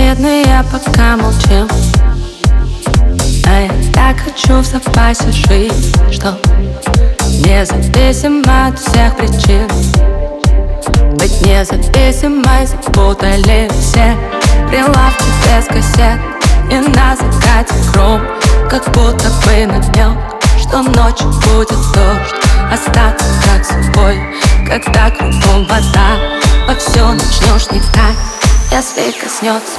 Безобидные пока молчим, а я так хочу в запасе жизнь, что независимо от всех причин быть независимой. Запутали все прилавки без кассет, и на закате гром, как будто бы намек, что ночью будет дождь. Остаться как собой, когда кругом вода, вовсю начнешь никак, если коснется.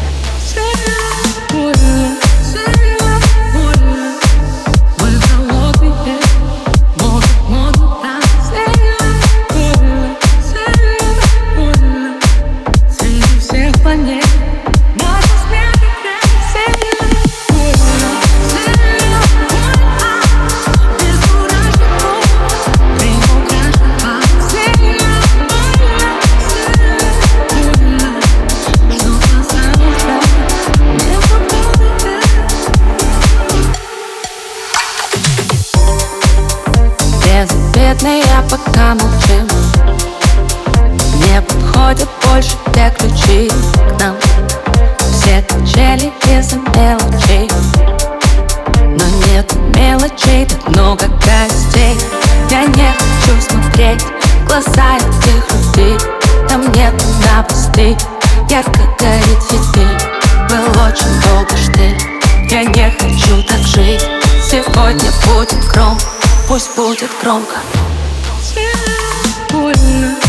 Безобидные пока молчим, не подходят больше те ключи к нам. Все качели из-за мелочей, но нет мелочей, так много гостей. Я не хочу смотреть в глаза этих людей, там нет новостей, ярко горит фитиль. Был очень долго штиль, я не хочу так жить. Сегодня будет гром, пусть будет громко. Больно.